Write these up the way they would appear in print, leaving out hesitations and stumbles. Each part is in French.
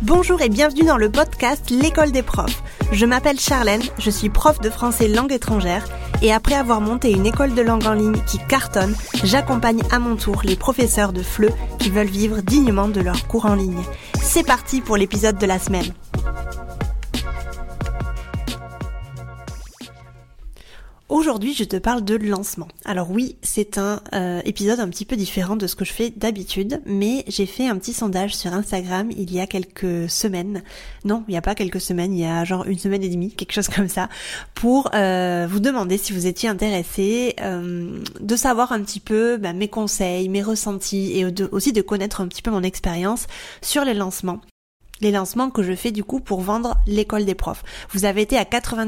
Bonjour et bienvenue dans le podcast L'école des profs. Je m'appelle Charlène, je suis prof de français langue étrangère et après avoir monté une école de langue en ligne qui cartonne, j'accompagne à mon tour les professeurs de FLE qui veulent vivre dignement de leurs cours en ligne. C'est parti pour l'épisode de la semaine. Aujourd'hui, je te parle de lancement. Alors oui, c'est un épisode un petit peu différent de ce que je fais d'habitude, mais j'ai fait un petit sondage sur Instagram il y a quelques semaines. Non, il n'y a pas quelques semaines, il y a genre une semaine et demie, quelque chose comme ça, pour vous demander si vous étiez intéressés de savoir un petit peu mes conseils, mes ressentis et aussi de connaître un petit peu mon expérience sur les lancements. Les lancements que je fais du coup pour vendre l'école des profs. Vous avez été à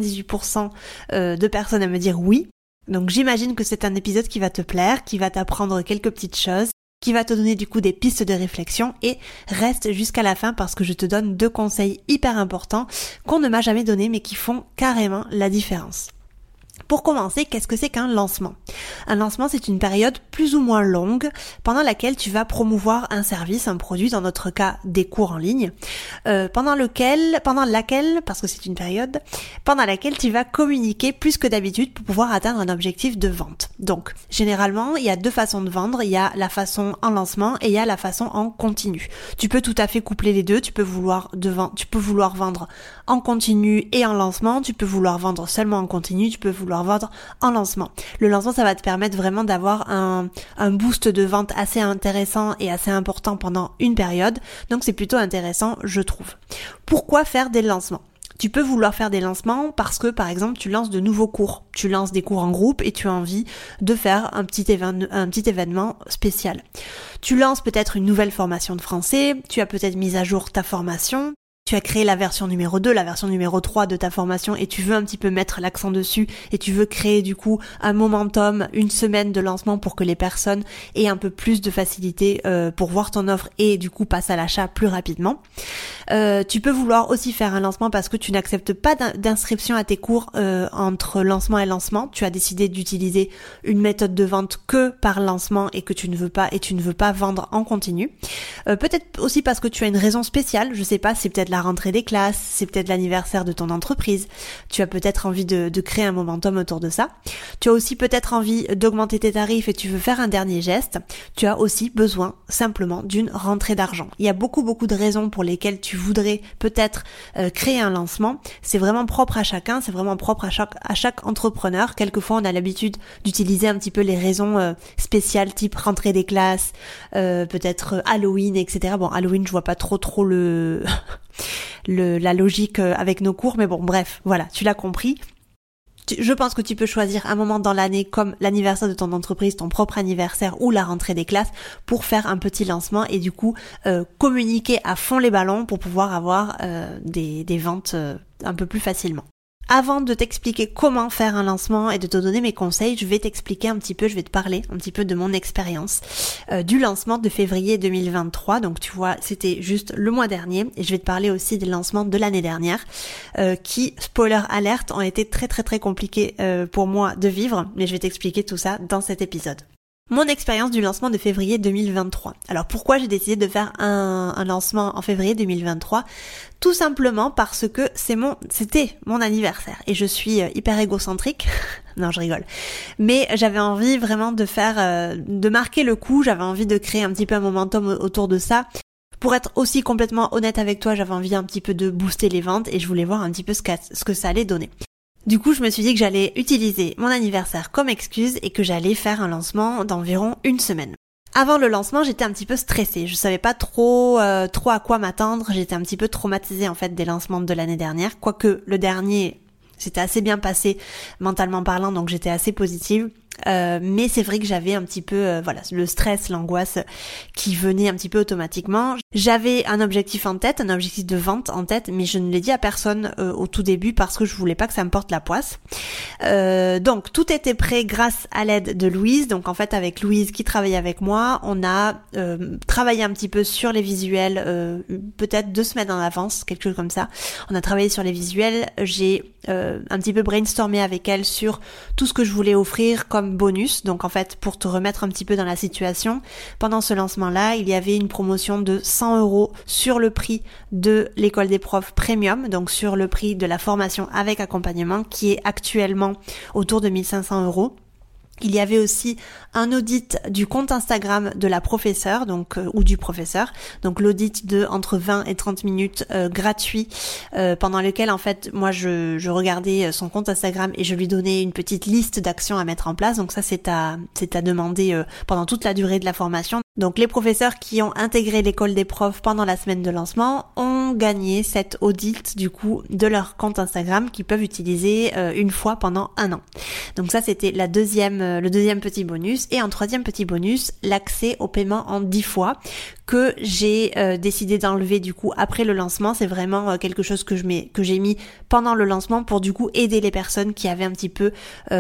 98% de personnes à me dire oui. Donc j'imagine que c'est un épisode qui va te plaire, qui va t'apprendre quelques petites choses, qui va te donner du coup des pistes de réflexion et reste jusqu'à la fin parce que je te donne 2 conseils hyper importants qu'on ne m'a jamais donnés mais qui font carrément la différence. Pour commencer, qu'est-ce que c'est qu'un lancement ? Un lancement, c'est une période plus ou moins longue pendant laquelle tu vas promouvoir un service, un produit, dans notre cas des cours en ligne, pendant laquelle, parce que c'est une période, pendant laquelle tu vas communiquer plus que d'habitude pour pouvoir atteindre un objectif de vente. Donc, généralement, il y a 2 façons de vendre, il y a la façon en lancement et il y a la façon en continu. Tu peux tout à fait coupler les deux, tu peux vouloir vendre en continu et en lancement, tu peux vouloir vendre seulement en continu, tu peux vouloir vendre en lancement. Le lancement, ça va te permettre vraiment d'avoir un boost de vente assez intéressant et assez important pendant une période. Donc c'est plutôt intéressant, je trouve. Pourquoi faire des lancements ? Tu peux vouloir faire des lancements parce que, par exemple, tu lances de nouveaux cours. Tu lances des cours en groupe et tu as envie de faire un petit événement spécial. Tu lances peut-être une nouvelle formation de français, tu as peut-être mis à jour ta formation. Tu as créé la version numéro 2, la version numéro 3 de ta formation et tu veux un petit peu mettre l'accent dessus et tu veux créer du coup un momentum, une semaine de lancement pour que les personnes aient un peu plus de facilité pour voir ton offre et du coup passent à l'achat plus rapidement. Tu peux vouloir aussi faire un lancement parce que tu n'acceptes pas d'inscription à tes cours entre lancement et lancement. Tu as décidé d'utiliser une méthode de vente que par lancement et que tu ne veux pas vendre en continu. Peut-être aussi parce que tu as une raison spéciale, je sais pas, c'est peut-être la rentrée des classes, c'est peut-être l'anniversaire de ton entreprise, tu as peut-être envie de créer un momentum autour de ça, tu as aussi peut-être envie d'augmenter tes tarifs et tu veux faire un dernier geste, tu as aussi besoin simplement d'une rentrée d'argent. Il y a beaucoup de raisons pour lesquelles tu voudrais peut-être créer un lancement, c'est vraiment propre à chacun, c'est vraiment propre à chaque entrepreneur. Quelquefois on a l'habitude d'utiliser un petit peu les raisons spéciales type rentrée des classes, peut-être Halloween, etc. Bon, Halloween je vois pas trop la logique avec nos cours, mais bon, bref, voilà, tu l'as compris. Je pense que tu peux choisir un moment dans l'année comme l'anniversaire de ton entreprise, ton propre anniversaire ou la rentrée des classes pour faire un petit lancement et du coup communiquer à fond les ballons pour pouvoir avoir des ventes un peu plus facilement. Avant de t'expliquer comment faire un lancement et de te donner mes conseils, je vais te parler un petit peu de mon expérience du lancement de février 2023. Donc tu vois, c'était juste le mois dernier et je vais te parler aussi des lancements de l'année dernière qui, spoiler alerte, ont été très compliqués pour moi de vivre, mais je vais t'expliquer tout ça dans cet épisode. Mon expérience du lancement de février 2023. Alors pourquoi j'ai décidé de faire un lancement en février 2023 ? Tout simplement parce que c'était mon anniversaire et je suis hyper égocentrique. Non, je rigole. Mais j'avais envie vraiment de marquer le coup, j'avais envie de créer un petit peu un momentum autour de ça. Pour être aussi complètement honnête avec toi, j'avais envie un petit peu de booster les ventes et je voulais voir un petit peu ce que ça allait donner. Du coup, je me suis dit que j'allais utiliser mon anniversaire comme excuse et que j'allais faire un lancement d'environ une semaine. Avant le lancement, j'étais un petit peu stressée. Je savais pas trop à quoi m'attendre. J'étais un petit peu traumatisée en fait des lancements de l'année dernière. Quoique le dernier, c'était assez bien passé mentalement parlant, donc j'étais assez positive. Mais c'est vrai que j'avais un petit peu le stress, l'angoisse qui venait un petit peu automatiquement. J'avais un objectif en tête, un objectif de vente en tête, mais je ne l'ai dit à personne au tout début parce que je voulais pas que ça me porte la poisse. Donc tout était prêt grâce à l'aide de Louise. Donc en fait avec Louise qui travaillait avec moi, on a travaillé un petit peu sur les visuels, peut-être 2 semaines en avance, quelque chose comme ça. On a travaillé sur les visuels, j'ai un petit peu brainstormé avec elle sur tout ce que je voulais offrir comme comme bonus. Donc en fait, pour te remettre un petit peu dans la situation, pendant ce lancement-là, il y avait une promotion de 100 € sur le prix de l'école des profs premium, donc sur le prix de la formation avec accompagnement qui est actuellement autour de 1 500 €. Il y avait aussi un audit du compte Instagram de la professeure, donc ou du professeur, donc l'audit de entre 20 et 30 minutes gratuit, pendant lequel en fait moi je regardais son compte Instagram et je lui donnais une petite liste d'actions à mettre en place. Donc ça c'est à demander pendant toute la durée de la formation. Donc les professeurs qui ont intégré l'école des profs pendant la semaine de lancement ont gagné cet audit du coup de leur compte Instagram qu'ils peuvent utiliser une fois pendant 1 an. Donc ça c'était le deuxième petit bonus. Et en troisième petit bonus, l'accès au paiement en 10 fois que j'ai décidé d'enlever du coup après le lancement. C'est vraiment quelque chose que j'ai mis pendant le lancement pour du coup aider les personnes qui avaient un petit peu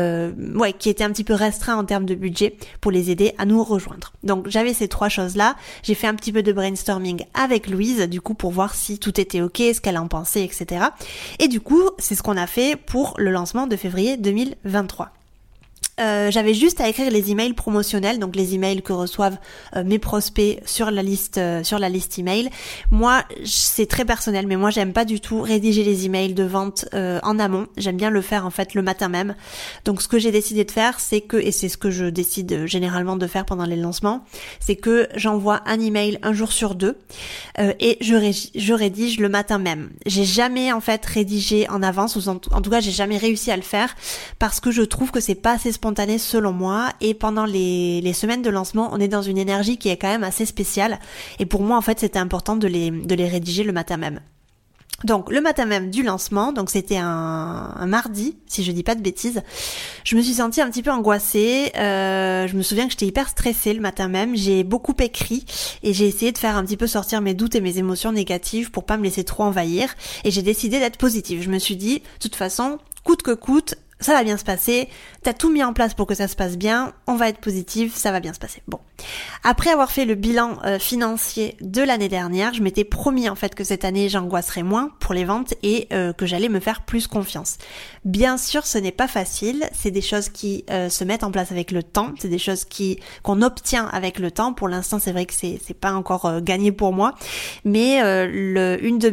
qui étaient un petit peu restreints en termes de budget, pour les aider à nous rejoindre. Donc j'avais ces 3 choses-là. J'ai fait un petit peu de brainstorming avec Louise du coup pour voir si tout était ok, ce qu'elle en pensait, etc. Et du coup, c'est ce qu'on a fait pour le lancement de février 2023. J'avais juste à écrire les emails promotionnels, donc les emails que reçoivent mes prospects sur la liste email. Moi, c'est très personnel, mais moi j'aime pas du tout rédiger les emails de vente en amont. J'aime bien le faire en fait le matin même. Donc ce que j'ai décidé de faire, c'est que, et c'est ce que je décide généralement de faire pendant les lancements, c'est que j'envoie un email un jour sur 2 et je rédige le matin même. J'ai jamais en fait rédigé en avance, ou en tout cas j'ai jamais réussi à le faire parce que je trouve que c'est pas assez spontané selon moi, et pendant les semaines de lancement, on est dans une énergie qui est quand même assez spéciale, et pour moi en fait c'était important de les rédiger le matin même. Donc le matin même du lancement, donc c'était un mardi, si je dis pas de bêtises, je me suis sentie un petit peu angoissée, je me souviens que j'étais hyper stressée le matin même, j'ai beaucoup écrit et j'ai essayé de faire un petit peu sortir mes doutes et mes émotions négatives pour pas me laisser trop envahir, et j'ai décidé d'être positive. Je me suis dit, de toute façon, coûte que coûte, ça va bien se passer, t'as tout mis en place pour que ça se passe bien, on va être positive, ça va bien se passer. Bon. Après avoir fait le bilan financier de l'année dernière, je m'étais promis en fait que cette année j'angoisserais moins pour les ventes et que j'allais me faire plus confiance. Bien sûr, ce n'est pas facile, c'est des choses qui se mettent en place avec le temps, c'est des choses qu'on obtient avec le temps. Pour l'instant, c'est vrai que c'est pas encore gagné pour moi, mais un de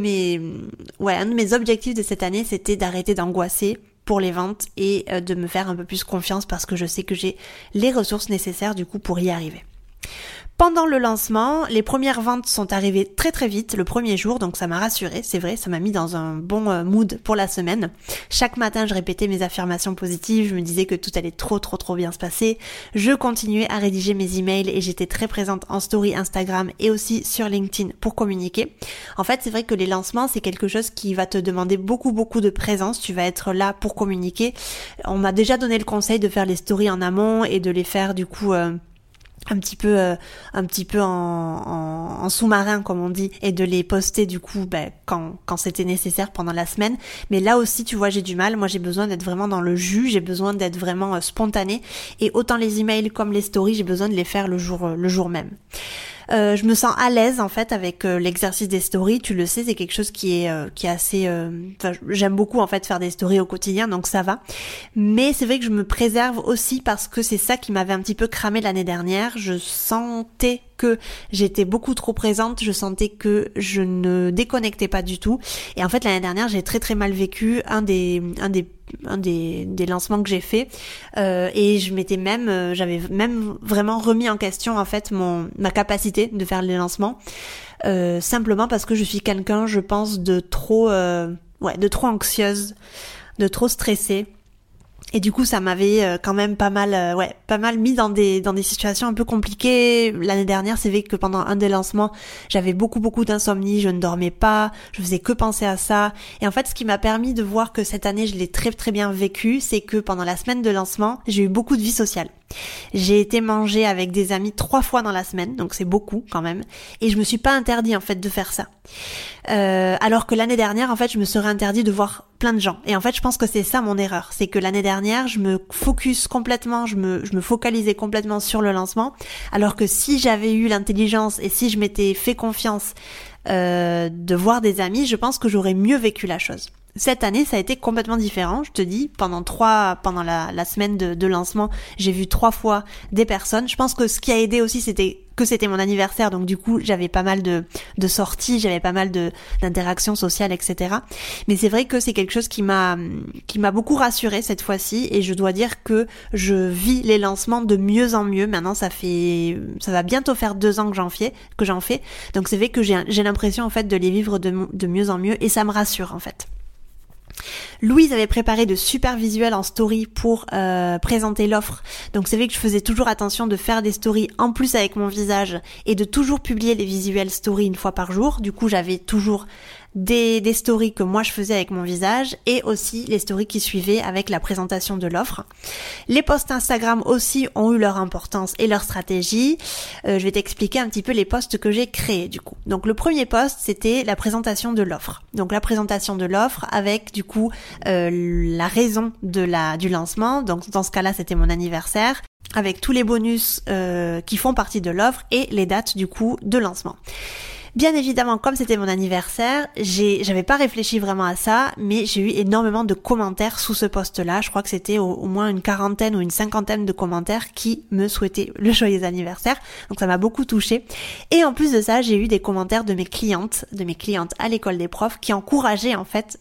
mes objectifs de cette année, c'était d'arrêter d'angoisser pour les ventes et de me faire un peu plus confiance, parce que je sais que j'ai les ressources nécessaires du coup pour y arriver. Pendant le lancement, les premières ventes sont arrivées très très vite le premier jour, donc ça m'a rassurée, c'est vrai, ça m'a mis dans un bon mood pour la semaine. Chaque matin, je répétais mes affirmations positives, je me disais que tout allait trop bien se passer. Je continuais à rédiger mes emails et j'étais très présente en story Instagram et aussi sur LinkedIn pour communiquer. En fait, c'est vrai que les lancements, c'est quelque chose qui va te demander beaucoup de présence, tu vas être là pour communiquer. On m'a déjà donné le conseil de faire les stories en amont et de les faire du coup un petit peu en sous-marin comme on dit, et de les poster du coup quand c'était nécessaire pendant la semaine. Mais là aussi tu vois, j'ai du mal, moi j'ai besoin d'être vraiment dans le jus, j'ai besoin d'être vraiment spontanée, et autant les emails comme les stories, j'ai besoin de les faire le jour même. Je me sens à l'aise en fait avec l'exercice des stories, tu le sais, c'est quelque chose qui est assez j'aime beaucoup en fait faire des stories au quotidien, donc ça va. Mais c'est vrai que je me préserve aussi parce que c'est ça qui m'avait un petit peu cramé l'année dernière. Je sentais que j'étais beaucoup trop présente, je sentais que je ne déconnectais pas du tout, et en fait l'année dernière j'ai très mal vécu un des lancements que j'ai fait, et j'avais même vraiment remis en question en fait ma capacité de faire les lancements, simplement parce que je suis quelqu'un, je pense, de trop anxieuse, de trop stressée. Et du coup, ça m'avait quand même pas mal mis dans des situations un peu compliquées. L'année dernière, c'est vrai que pendant un des lancements, j'avais beaucoup d'insomnie, je ne dormais pas, je faisais que penser à ça. Et en fait, ce qui m'a permis de voir que cette année, je l'ai très bien vécu, c'est que pendant la semaine de lancement, j'ai eu beaucoup de vie sociale. J'ai été manger avec des amis 3 fois dans la semaine, donc c'est beaucoup quand même, et je me suis pas interdit en fait de faire ça. Alors que l'année dernière, en fait, je me serais interdit de voir plein de gens. Et en fait, je pense que c'est ça mon erreur, c'est que l'année dernière, je me focalisais complètement sur le lancement, alors que si j'avais eu l'intelligence et si je m'étais fait confiance de voir des amis, je pense que j'aurais mieux vécu la chose. Cette année, ça a été complètement différent. Je te dis, pendant la semaine de lancement, j'ai vu 3 fois des personnes. Je pense que ce qui a aidé aussi, c'était mon anniversaire, donc du coup j'avais pas mal de sorties, j'avais pas mal d'interactions sociales, etc. Mais c'est vrai que c'est quelque chose qui m'a beaucoup rassurée cette fois-ci, et je dois dire que je vis les lancements de mieux en mieux. Maintenant ça va bientôt faire 2 ans que j'en fais, donc c'est vrai que j'ai l'impression en fait de les vivre de mieux en mieux, et ça me rassure en fait. Louise avait préparé de super visuels en story pour présenter l'offre. Donc c'est vrai que je faisais toujours attention de faire des stories en plus avec mon visage et de toujours publier les visuels story une fois par jour. Du coup, j'avais toujours des stories que moi je faisais avec mon visage et aussi les stories qui suivaient avec la présentation de l'offre. Les posts Instagram aussi ont eu leur importance et leur stratégie. Je vais t'expliquer un petit peu les posts que j'ai créés du coup. Donc le premier post, c'était la présentation de l'offre. Donc la présentation de l'offre avec du coup la raison du lancement. Donc dans ce cas-là, c'était mon anniversaire, avec tous les bonus qui font partie de l'offre et les dates du coup de lancement. Bien évidemment, comme c'était mon anniversaire, j'avais pas réfléchi vraiment à ça, mais j'ai eu énormément de commentaires sous ce post-là. Je crois que c'était au moins une 40aine ou une 50aine de commentaires qui me souhaitaient le joyeux anniversaire. Donc ça m'a beaucoup touchée. Et en plus de ça, j'ai eu des commentaires de mes clientes à l'école des profs qui encourageaient en fait,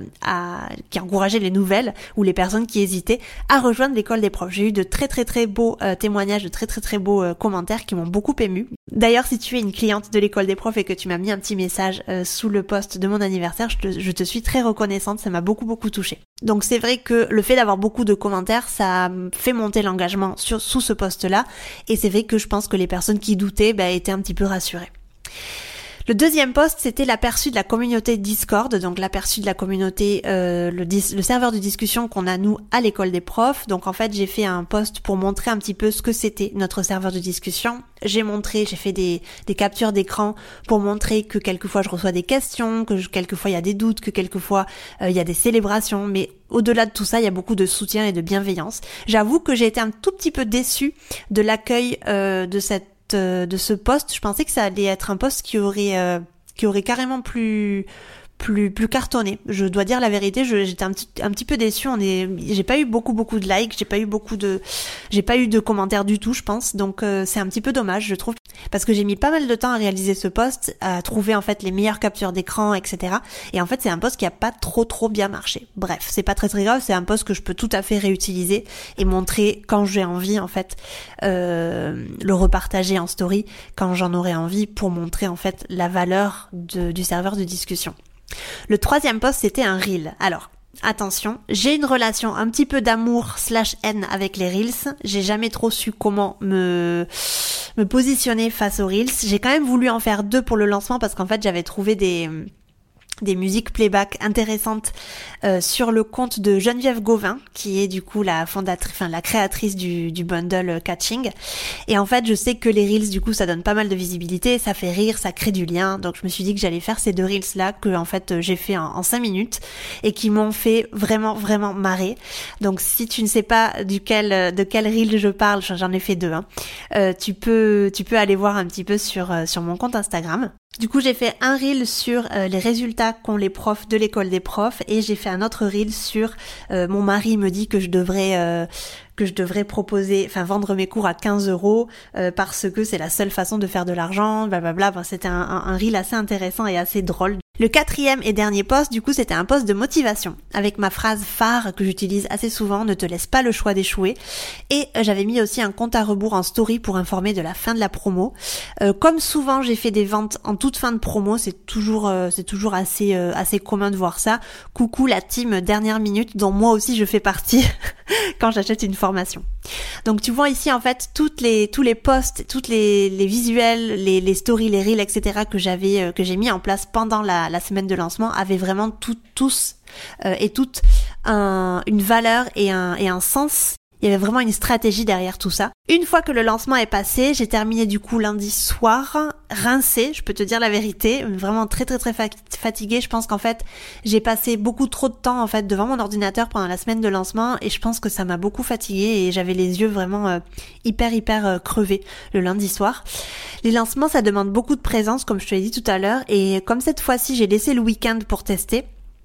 qui encourageaient les nouvelles ou les personnes qui hésitaient à rejoindre l'école des profs. J'ai eu de très très très beaux témoignages, de très très très beaux commentaires qui m'ont beaucoup émue. D'ailleurs, si tu es une cliente de l'école des profs et que tu m'as mis un petit message sous le post de mon anniversaire, je te suis très reconnaissante, ça m'a beaucoup touchée. Donc c'est vrai que le fait d'avoir beaucoup de commentaires, ça fait monter l'engagement sous ce post-là, et c'est vrai que je pense que les personnes qui doutaient étaient un petit peu rassurées. Le deuxième post, c'était l'aperçu de la communauté Discord, donc l'aperçu de la communauté, le serveur de discussion qu'on a nous à l'école des profs. Donc en fait, j'ai fait un post pour montrer un petit peu ce que c'était notre serveur de discussion. J'ai fait des captures d'écran pour montrer que quelquefois je reçois des questions, que quelquefois il y a des doutes, que quelquefois il y a des célébrations, mais au-delà de tout ça, il y a beaucoup de soutien et de bienveillance. J'avoue que j'ai été un tout petit peu déçue de l'accueil de ce post. Je pensais que ça allait être un post qui aurait carrément plus cartonné. Je dois dire la vérité, j'étais un petit peu déçue. J'ai pas eu beaucoup de likes, j'ai pas eu de commentaires du tout, je pense. Donc c'est un petit peu dommage, je trouve, parce que j'ai mis pas mal de temps à réaliser ce post, à trouver en fait les meilleures captures d'écran, etc. Et en fait, c'est un post qui a pas trop bien marché. Bref, c'est pas très grave, c'est un post que je peux tout à fait réutiliser et montrer quand j'ai envie, en fait, le repartager en story quand j'en aurai envie, pour montrer en fait la valeur du serveur de discussion. Le troisième post, c'était un reel. Alors, attention, j'ai une relation un petit peu d'amour/haine avec les reels. J'ai jamais trop su comment me positionner face aux reels. J'ai quand même voulu en faire 2 pour le lancement, parce qu'en fait, j'avais trouvé des musiques playback intéressantes sur le compte de Geneviève Gauvin, qui est du coup la créatrice du bundle Catching. Et en fait, je sais que les reels, du coup, ça donne pas mal de visibilité, ça fait rire, ça crée du lien. Donc je me suis dit que j'allais faire ces 2 reels là que en fait j'ai fait en 5 minutes et qui m'ont fait vraiment marrer. Donc si tu ne sais pas de quel reel je parle, j'en ai fait 2, tu peux aller voir un petit peu sur mon compte Instagram. Du coup, j'ai fait un reel sur les résultats qu'ont les profs de l'école des profs, et j'ai fait un autre reel sur mon mari me dit que je devrais vendre mes cours à 15 € parce que c'est la seule façon de faire de l'argent, blablabla. C'était un reel assez intéressant et assez drôle. Le 4e et dernier post, du coup, c'était un post de motivation avec ma phrase phare que j'utilise assez souvent: ne te laisse pas le choix d'échouer. Et j'avais mis aussi un compte à rebours en story pour informer de la fin de la promo. Comme souvent, j'ai fait des ventes en toute fin de promo. C'est toujours assez commun de voir ça. Coucou la team dernière minute, dont moi aussi je fais partie quand j'achète une formation. Donc tu vois ici en fait tous les posts, toutes les visuels, les stories, les reels, etc. que j'ai mis en place pendant la semaine de lancement avaient vraiment tous et toutes une valeur et un sens. Il y avait vraiment une stratégie derrière tout ça. Une fois que le lancement est passé, j'ai terminé du coup lundi soir, rincée, je peux te dire la vérité, vraiment très fatiguée. Je pense qu'en fait, j'ai passé beaucoup trop de temps en fait devant mon ordinateur pendant la semaine de lancement, et je pense que ça m'a beaucoup fatiguée et j'avais les yeux vraiment hyper crevés le lundi soir. Les lancements, ça demande beaucoup de présence, comme je te l'ai dit tout à l'heure, et comme cette fois-ci, j'ai laissé le week-end pour tester,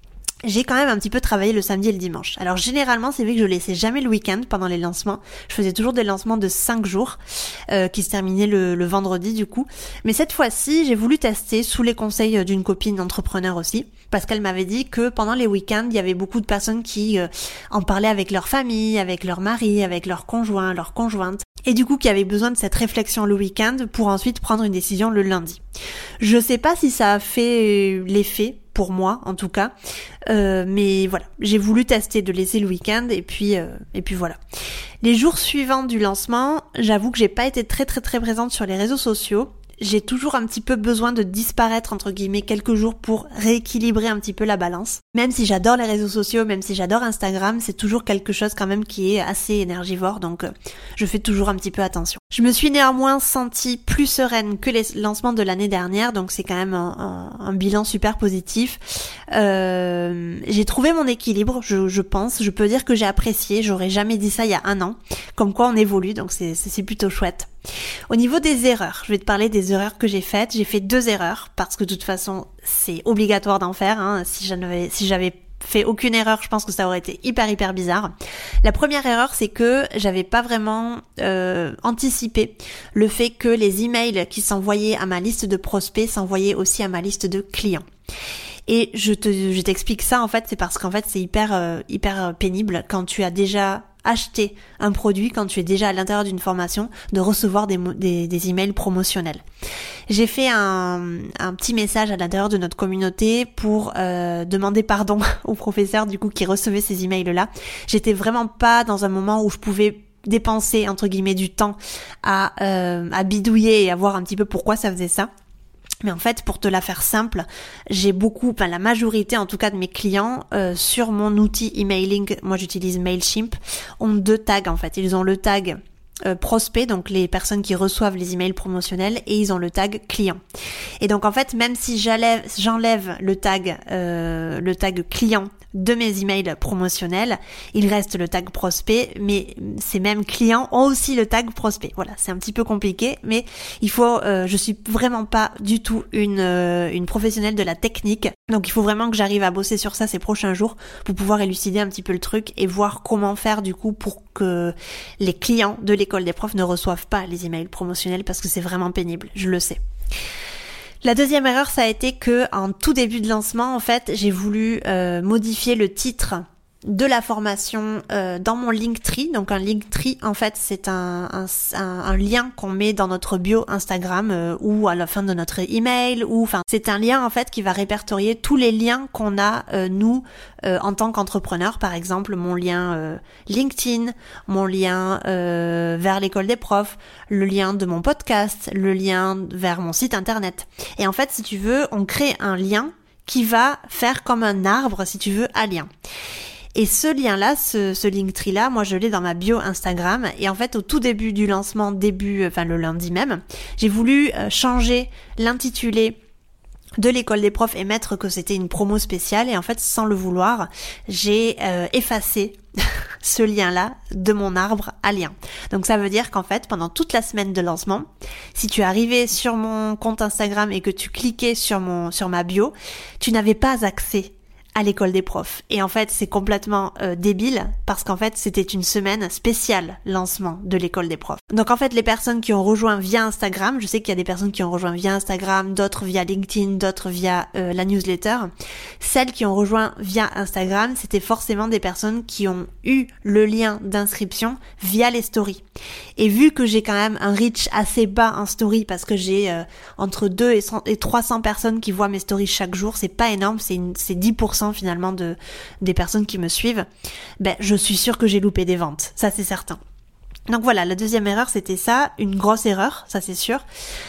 j'ai quand même un petit peu travaillé le samedi et le dimanche. Alors généralement, c'est vrai que je laissais jamais le week-end pendant les lancements. Je faisais toujours des lancements de 5 jours qui se terminaient le vendredi du coup. Mais cette fois-ci, j'ai voulu tester sous les conseils d'une copine entrepreneur aussi, parce qu'elle m'avait dit que pendant les week-ends, il y avait beaucoup de personnes qui en parlaient avec leur famille, avec leur mari, avec leur conjoint, leur conjointe, et du coup qui avaient besoin de cette réflexion le week-end pour ensuite prendre une décision le lundi. Je sais pas si ça a fait l'effet, pour moi en tout cas, mais voilà, j'ai voulu tester de laisser le week-end et puis voilà. Les jours suivants du lancement, j'avoue que j'ai pas été très présente sur les réseaux sociaux. J'ai toujours un petit peu besoin de disparaître entre guillemets quelques jours pour rééquilibrer un petit peu la balance. Même si j'adore les réseaux sociaux, même si j'adore Instagram, c'est toujours quelque chose quand même qui est assez énergivore, donc je fais toujours un petit peu attention. Je me suis néanmoins sentie plus sereine que les lancements de l'année dernière, donc c'est quand même un bilan super positif. J'ai trouvé mon équilibre, je pense. Je peux dire que j'ai apprécié, j'aurais jamais dit ça il y a 1 an. Comme quoi on évolue, donc c'est plutôt chouette. Au niveau des erreurs, je vais te parler des erreurs que j'ai faites. J'ai fait 2 erreurs, parce que de toute façon, c'est obligatoire d'en faire. Si j'avais fait aucune erreur, je pense que ça aurait été hyper bizarre. La première erreur, c'est que j'avais pas vraiment anticipé le fait que les emails qui s'envoyaient à ma liste de prospects s'envoyaient aussi à ma liste de clients. Et je t'explique ça, en fait, c'est parce qu'en fait, c'est hyper pénible quand tu as déjà acheté un produit, quand tu es déjà à l'intérieur d'une formation, de recevoir des emails promotionnels. J'ai fait un petit message à l'intérieur de notre communauté pour demander pardon aux professeurs du coup qui recevaient ces emails-là. J'étais vraiment pas dans un moment où je pouvais dépenser entre guillemets du temps à bidouiller et à voir un petit peu pourquoi ça faisait ça. Mais en fait, pour te la faire simple, la majorité en tout cas de mes clients sur mon outil emailing, moi j'utilise Mailchimp, ont 2 tags en fait. Ils ont le tag prospect, donc les personnes qui reçoivent les emails promotionnels, et ils ont le tag client. Et donc en fait, même si j'enlève le tag client de mes emails promotionnels, il reste le tag prospect, mais ces mêmes clients ont aussi le tag prospect. Voilà, c'est un petit peu compliqué, mais je suis vraiment pas du tout une professionnelle de la technique, donc il faut vraiment que j'arrive à bosser sur ça ces prochains jours pour pouvoir élucider un petit peu le truc et voir comment faire du coup pour que les clients de l'école des profs ne reçoivent pas les emails promotionnels, parce que c'est vraiment pénible, je le sais. La deuxième erreur, ça a été que en tout début de lancement, en fait, j'ai voulu modifier le titre de la formation dans mon Linktree. Donc un Linktree, en fait, c'est un lien qu'on met dans notre bio Instagram ou à la fin de notre email, c'est un lien en fait qui va répertorier tous les liens qu'on a nous en tant qu'entrepreneur. Par exemple, mon lien LinkedIn, mon lien vers l'école des profs, le lien de mon podcast, le lien vers mon site internet. Et en fait, si tu veux, on crée un lien qui va faire comme un arbre, si tu veux, à lien. Et ce lien-là, ce Linktree-là, moi je l'ai dans ma bio Instagram. Et en fait, au tout début du lancement, le lundi même, j'ai voulu changer l'intitulé de l'école des profs et mettre que c'était une promo spéciale. Et en fait, sans le vouloir, j'ai effacé ce lien-là de mon arbre à lien. Donc ça veut dire qu'en fait, pendant toute la semaine de lancement, si tu arrivais sur mon compte Instagram et que tu cliquais sur ma bio, tu n'avais pas accès à l'école des profs. Et en fait, c'est complètement débile, parce qu'en fait, c'était une semaine spéciale lancement de l'école des profs. Donc en fait, les personnes qui ont rejoint via Instagram, je sais qu'il y a des personnes qui ont rejoint via Instagram, d'autres via LinkedIn, d'autres via la newsletter. Celles qui ont rejoint via Instagram, c'était forcément des personnes qui ont eu le lien d'inscription via les stories. Et vu que j'ai quand même un reach assez bas en story, parce que j'ai entre 2 et 300 personnes qui voient mes stories chaque jour, c'est pas énorme, c'est 10% finalement des personnes qui me suivent, je suis sûre que j'ai loupé des ventes, ça c'est certain. Donc voilà, la deuxième erreur c'était ça, une grosse erreur, ça c'est sûr.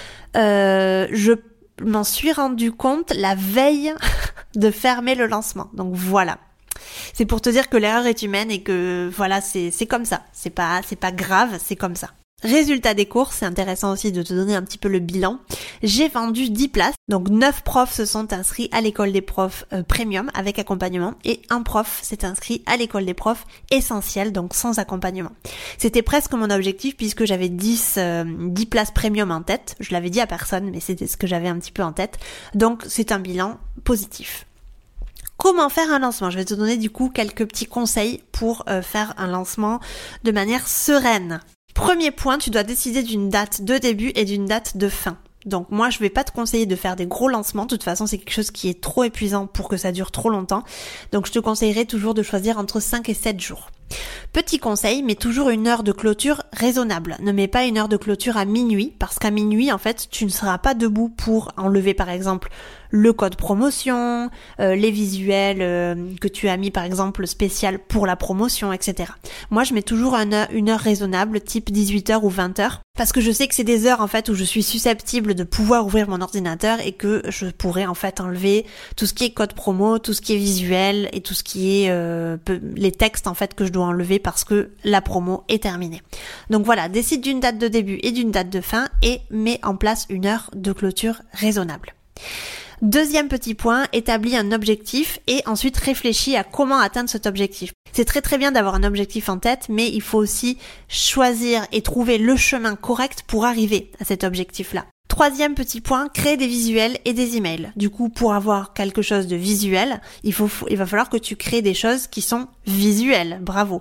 Je m'en suis rendu compte la veille de fermer le lancement, donc voilà. C'est pour te dire que l'erreur est humaine et que voilà, c'est comme ça, c'est pas grave, c'est comme ça. Résultat des courses, c'est intéressant aussi de te donner un petit peu le bilan. J'ai vendu 10 places, donc 9 profs se sont inscrits à l'école des profs premium avec accompagnement et un prof s'est inscrit à l'école des profs essentiel, donc sans accompagnement. C'était presque mon objectif puisque j'avais 10 places premium en tête. Je l'avais dit à personne, mais c'était ce que j'avais un petit peu en tête. Donc c'est un bilan positif. Comment faire un lancement? Je vais te donner du coup quelques petits conseils pour faire un lancement de manière sereine. Premier point, tu dois décider d'une date de début et d'une date de fin. Donc moi, je vais pas te conseiller de faire des gros lancements. De toute façon, c'est quelque chose qui est trop épuisant pour que ça dure trop longtemps. Donc je te conseillerais toujours de choisir entre 5 et 7 jours. Petit conseil, mets toujours une heure de clôture raisonnable. Ne mets pas une heure de clôture à minuit, parce qu'à minuit, en fait, tu ne seras pas debout pour enlever, par exemple, le code promotion, les visuels que tu as mis, par exemple, spécial pour la promotion, etc. Moi, je mets toujours une heure raisonnable, type 18h ou 20h, parce que je sais que c'est des heures, en fait, où je suis susceptible de pouvoir ouvrir mon ordinateur et que je pourrais, en fait, enlever tout ce qui est code promo, tout ce qui est visuel et tout ce qui est les textes, en fait, que je dois enlever parce que la promo est terminée. Donc voilà, décide d'une date de début et d'une date de fin et mets en place une heure de clôture raisonnable. Deuxième petit point, établis un objectif et ensuite réfléchis à comment atteindre cet objectif. C'est très très bien d'avoir un objectif en tête, mais il faut aussi choisir et trouver le chemin correct pour arriver à cet objectif-là. Troisième petit point, créer des visuels et des emails. Du coup, pour avoir quelque chose de visuel, il va falloir que tu crées des choses qui sont visuelles. Bravo.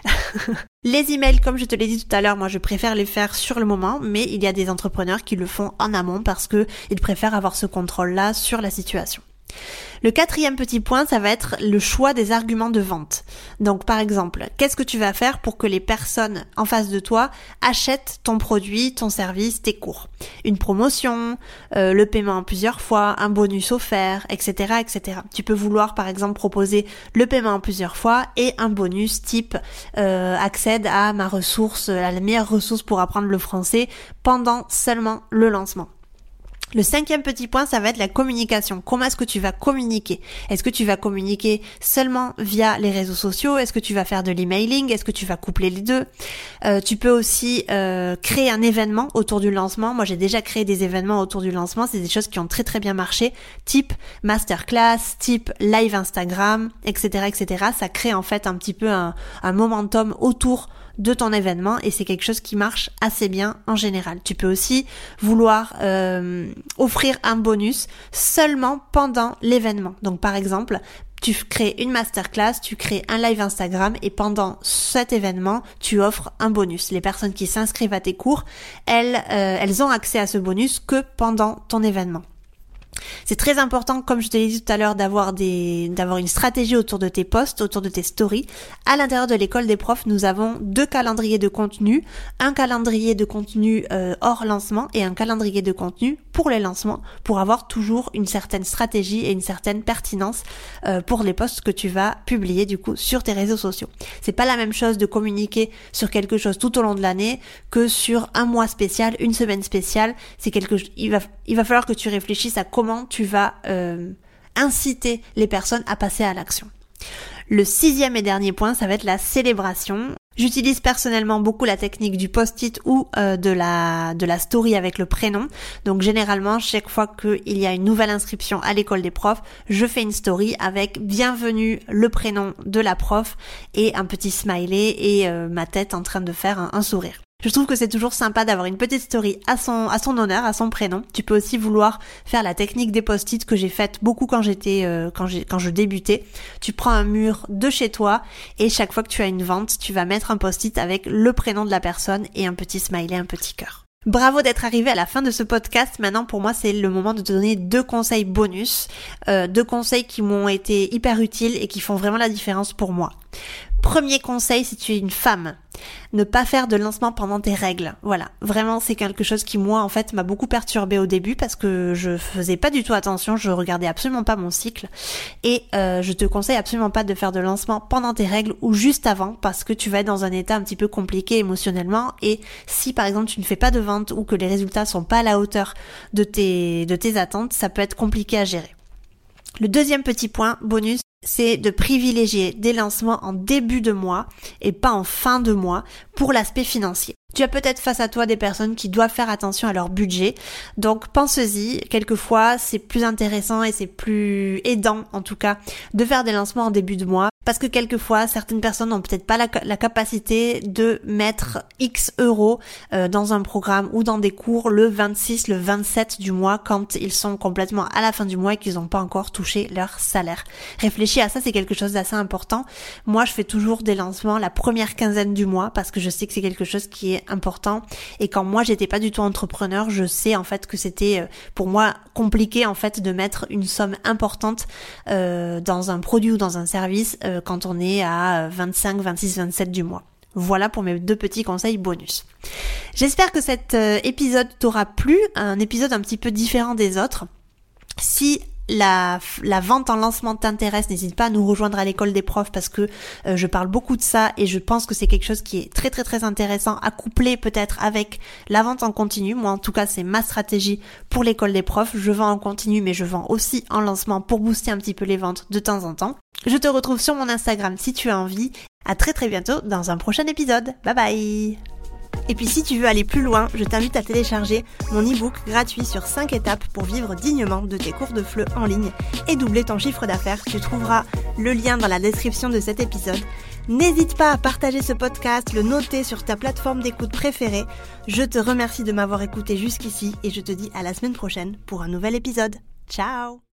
Les emails, comme je te l'ai dit tout à l'heure, moi je préfère les faire sur le moment, mais il y a des entrepreneurs qui le font en amont parce que ils préfèrent avoir ce contrôle-là sur la situation. Le quatrième petit point, ça va être le choix des arguments de vente. Donc par exemple, qu'est-ce que tu vas faire pour que les personnes en face de toi achètent ton produit, ton service, tes cours? Une promotion, le paiement en plusieurs fois, un bonus offert, etc., etc. Tu peux vouloir par exemple proposer le paiement en plusieurs fois et un bonus type accède à ma ressource, à la meilleure ressource pour apprendre le français pendant seulement le lancement. Le cinquième petit point, ça va être la communication. Comment est-ce que tu vas communiquer? Est-ce que tu vas communiquer seulement via les réseaux sociaux? Est-ce que tu vas faire de l'emailing? Est-ce que tu vas coupler les deux? Tu peux aussi créer un événement autour du lancement. Moi, j'ai déjà créé des événements autour du lancement. C'est des choses qui ont très très bien marché, type masterclass, type live Instagram, etc., etc. Ça crée en fait un petit peu un momentum autour de ton événement et c'est quelque chose qui marche assez bien en général. Tu peux aussi vouloir offrir un bonus seulement pendant l'événement. Donc par exemple, tu crées une masterclass, tu crées un live Instagram et pendant cet événement, tu offres un bonus. Les personnes qui s'inscrivent à tes cours, elles ont accès à ce bonus que pendant ton événement. C'est très important, comme je te l'ai dit tout à l'heure, d'avoir une stratégie autour de tes posts, autour de tes stories. À l'intérieur de l'école des profs, nous avons 2 calendriers de contenu, un calendrier de contenu hors lancement et un calendrier de contenu pour les lancements, pour avoir toujours une certaine stratégie et une certaine pertinence pour les posts que tu vas publier du coup sur tes réseaux sociaux. C'est pas la même chose de communiquer sur quelque chose tout au long de l'année que sur un mois spécial, une semaine spéciale. Il va falloir que tu réfléchisses à comment tu vas inciter les personnes à passer à l'action. Le 6e et dernier point, ça va être la célébration. J'utilise personnellement beaucoup la technique du post-it ou de la story avec le prénom. Donc généralement, chaque fois qu'il y a une nouvelle inscription à l'école des profs, je fais une story avec bienvenue le prénom de la prof et un petit smiley et ma tête en train de faire un sourire. Je trouve que c'est toujours sympa d'avoir une petite story à son honneur, à son prénom. Tu peux aussi vouloir faire la technique des post-it que j'ai faite beaucoup quand je débutais. Tu prends un mur de chez toi et chaque fois que tu as une vente, tu vas mettre un post-it avec le prénom de la personne et un petit smiley, un petit cœur. Bravo d'être arrivé à la fin de ce podcast. Maintenant, pour moi, c'est le moment de te donner 2 conseils bonus, 2 conseils qui m'ont été hyper utiles et qui font vraiment la différence pour moi. Premier conseil, si tu es une femme, ne pas faire de lancement pendant tes règles. Voilà, vraiment c'est quelque chose qui moi en fait m'a beaucoup perturbée au début parce que je faisais pas du tout attention, je regardais absolument pas mon cycle et je te conseille absolument pas de faire de lancement pendant tes règles ou juste avant parce que tu vas être dans un état un petit peu compliqué émotionnellement et si par exemple tu ne fais pas de vente ou que les résultats sont pas à la hauteur de tes attentes, ça peut être compliqué à gérer. Le deuxième petit point bonus, c'est de privilégier des lancements en début de mois et pas en fin de mois pour l'aspect financier. Tu as peut-être face à toi des personnes qui doivent faire attention à leur budget, donc pense-y, quelquefois c'est plus intéressant et c'est plus aidant en tout cas de faire des lancements en début de mois Parce que quelquefois, certaines personnes n'ont peut-être pas la capacité de mettre X euros dans un programme ou dans des cours le 26, le 27 du mois quand ils sont complètement à la fin du mois et qu'ils n'ont pas encore touché leur salaire. Réfléchis à ça, c'est quelque chose d'assez important. Moi, je fais toujours des lancements la première quinzaine du mois parce que je sais que c'est quelque chose qui est important. Et quand moi, j'étais pas du tout entrepreneur, je sais en fait que c'était pour moi compliqué en fait de mettre une somme importante dans un produit ou dans un service quand on est à 25, 26, 27 du mois. Voilà pour mes 2 petits conseils bonus. J'espère que cet épisode t'aura plu, un épisode un petit peu différent des autres. Si la vente en lancement t'intéresse, n'hésite pas à nous rejoindre à l'école des profs parce que je parle beaucoup de ça et je pense que c'est quelque chose qui est très très très intéressant à coupler peut-être avec la vente en continu. Moi en tout cas c'est ma stratégie pour l'école des profs. Je vends en continu mais je vends aussi en lancement pour booster un petit peu les ventes de temps en temps. Je te retrouve sur mon Instagram si tu as envie. À très très bientôt dans un prochain épisode. Bye bye. Et puis si tu veux aller plus loin, je t'invite à télécharger mon e-book gratuit sur 5 étapes pour vivre dignement de tes cours de FLE en ligne et doubler ton chiffre d'affaires. Tu trouveras le lien dans la description de cet épisode. N'hésite pas à partager ce podcast, le noter sur ta plateforme d'écoute préférée. Je te remercie de m'avoir écouté jusqu'ici et je te dis à la semaine prochaine pour un nouvel épisode. Ciao!